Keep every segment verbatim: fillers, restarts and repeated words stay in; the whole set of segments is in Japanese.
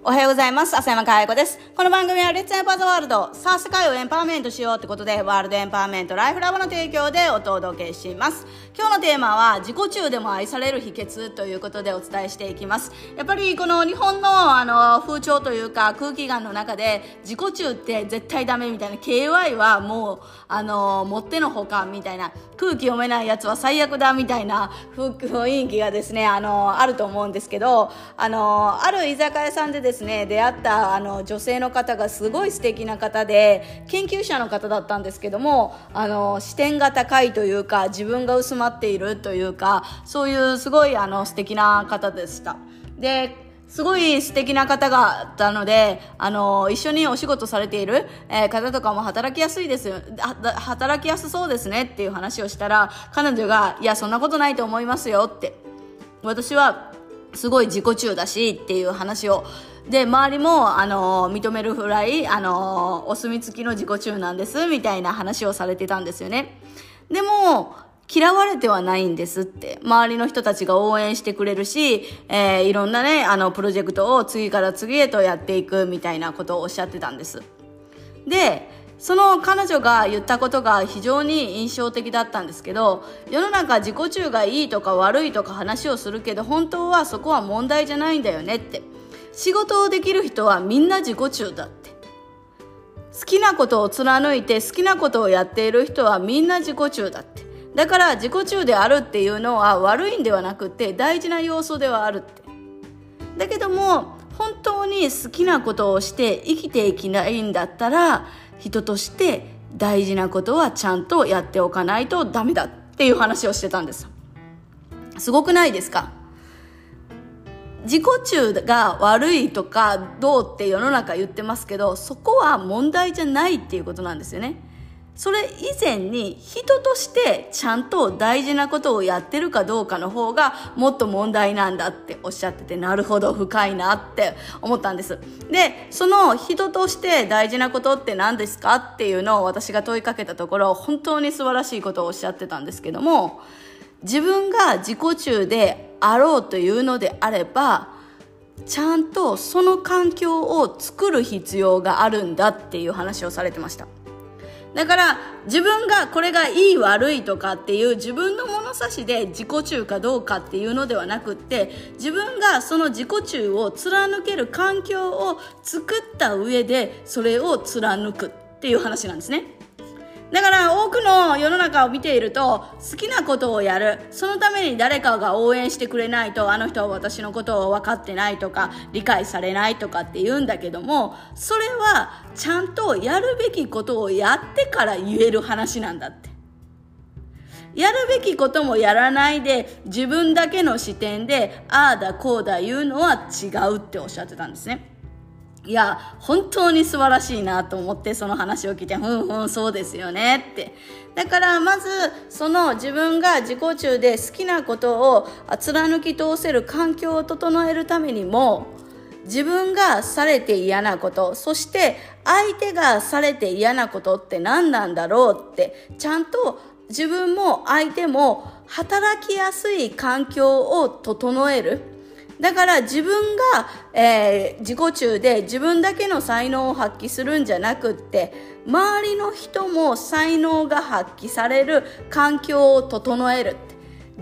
おはようございます。浅山かや子です。この番組はレッツエンパワーズワールド、さあ世界をエンパワーメントしようってことで、ワールドエンパワーメントライフラボの提供でお届けします。今日のテーマは自己中でも愛される秘訣ということでお伝えしていきます。やっぱりこの日本のあの風潮というか空気感の中で、自己中って絶対ダメみたいな、 ケーワイ はもうあのもってのほかみたいな、空気読めないやつは最悪だみたいな雰囲気がですね、あのあると思うんですけど、あのある居酒屋さんでですねですね、出会ったあの女性の方がすごい素敵な方で、研究者の方だったんですけども、あの視点が高いというか、自分が薄まっているというか、そういうすごいあの素敵な方でした。ですごい素敵な方があったので、あの一緒にお仕事されている、えー、方とかも働きやすいですよ、働きやすそうですねっていう話をしたら、彼女がいやそんなことないと思いますよって、私はすごい自己中だしっていう話を、で周りもあの認めるぐらいあのお墨付きの自己中なんですみたいな話をされてたんですよね。でも嫌われてはないんですって、周りの人たちが応援してくれるし、えー、いろんなねあのプロジェクトを次から次へとやっていくみたいなことをおっしゃってたんです。でその彼女が言ったことが非常に印象的だったんですけど、世の中自己中がいいとか悪いとか話をするけど、本当はそこは問題じゃないんだよねって。仕事をできる人はみんな自己中だって。好きなことを貫いて好きなことをやっている人はみんな自己中だって。だから自己中であるっていうのは悪いんではなくて大事な要素ではあるって。だけども本当に好きなことをして生きていきないんだったら、人として大事なことはちゃんとやっておかないとダメだっていう話をしてたんです。すごくないですか？自己中が悪いとかどうって世の中言ってますけど、そこは問題じゃないっていうことなんですよね。それ以前に人としてちゃんと大事なことをやってるかどうかの方がもっと問題なんだっておっしゃってて、なるほど深いなって思ったんです。でその人として大事なことって何ですかっていうのを私が問いかけたところ、本当に素晴らしいことをおっしゃってたんですけども、自分が自己中であろうというのであれば、ちゃんとその環境を作る必要があるんだっていう話をされてました。だから自分がこれがいい悪いとかっていう自分の物差しで自己中かどうかっていうのではなくって、自分がその自己中を貫ける環境を作った上でそれを貫くっていう話なんですね。だから多くの世の中を見ていると、好きなことをやる、そのために誰かが応援してくれないと、あの人は私のことを分かってないとか理解されないとかって言うんだけども、それはちゃんとやるべきことをやってから言える話なんだって。やるべきこともやらないで自分だけの視点でああだこうだ言うのは違うっておっしゃってたんですね。いや本当に素晴らしいなと思って、その話を聞いて、うんうんそうですよねって。だからまずその自分が自己中で好きなことを貫き通せる環境を整えるためにも、自分がされて嫌なこと、そして相手がされて嫌なことって何なんだろうって、ちゃんと自分も相手も働きやすい環境を整える。だから自分が、えー、自己中で自分だけの才能を発揮するんじゃなくって、周りの人も才能が発揮される環境を整えるって。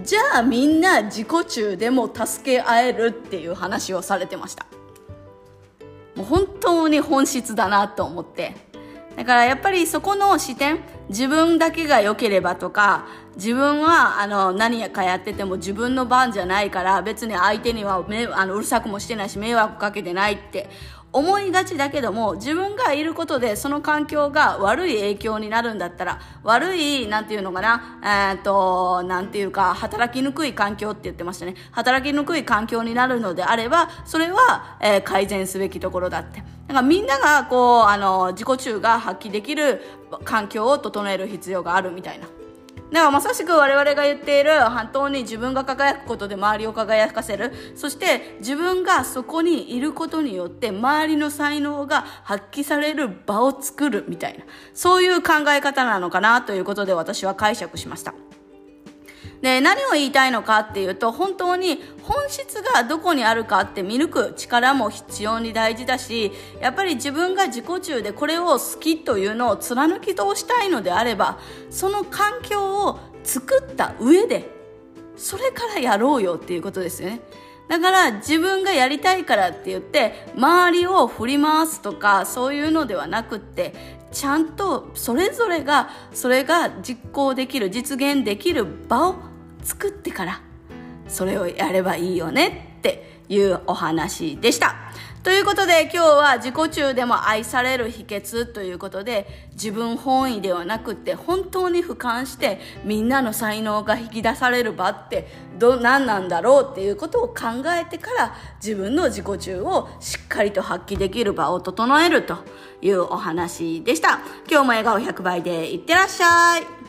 じゃあみんな自己中でも助け合えるっていう話をされてました。もう本当に本質だなと思って。だからやっぱりそこの視点、自分だけが良ければとか、自分はあの何かやってても自分の番じゃないから別に相手にはめあのうるさくもしてないし迷惑かけてないって思いがちだけども、自分がいることでその環境が悪い影響になるんだったら、悪いなんていうのかな、えー、っとなんていうか働きにくい環境って言ってましたね。働きにくい環境になるのであれば、それは、えー、改善すべきところだって。だからみんながこうあの自己中が発揮できる環境を整える必要があるみたいな。だからまさしく我々が言っている、本当に自分が輝くことで周りを輝かせる、そして自分がそこにいることによって周りの才能が発揮される場を作るみたいな、そういう考え方なのかなということで私は解釈しました。 で、何を言いたいのかっていうと、本当に本質がどこにあるかって見抜く力も必要に大事だし、やっぱり自分が自己中でこれを好きというのを貫き通したいのであれば、その環境を作った上で、それからやろうよっていうことですよね。だから自分がやりたいからって言って周りを振り回すとかそういうのではなくって、ちゃんとそれぞれがそれが実行できる、実現できる場を作ってからそれをやればいいよねっていうお話でした。ということで今日は自己中でも愛される秘訣ということで、自分本位ではなくって本当に俯瞰してみんなの才能が引き出される場ってど何なんだろうっていうことを考えてから自分の自己中をしっかりと発揮できる場を整えるというお話でした。今日も笑顔ひゃくばいでいってらっしゃい。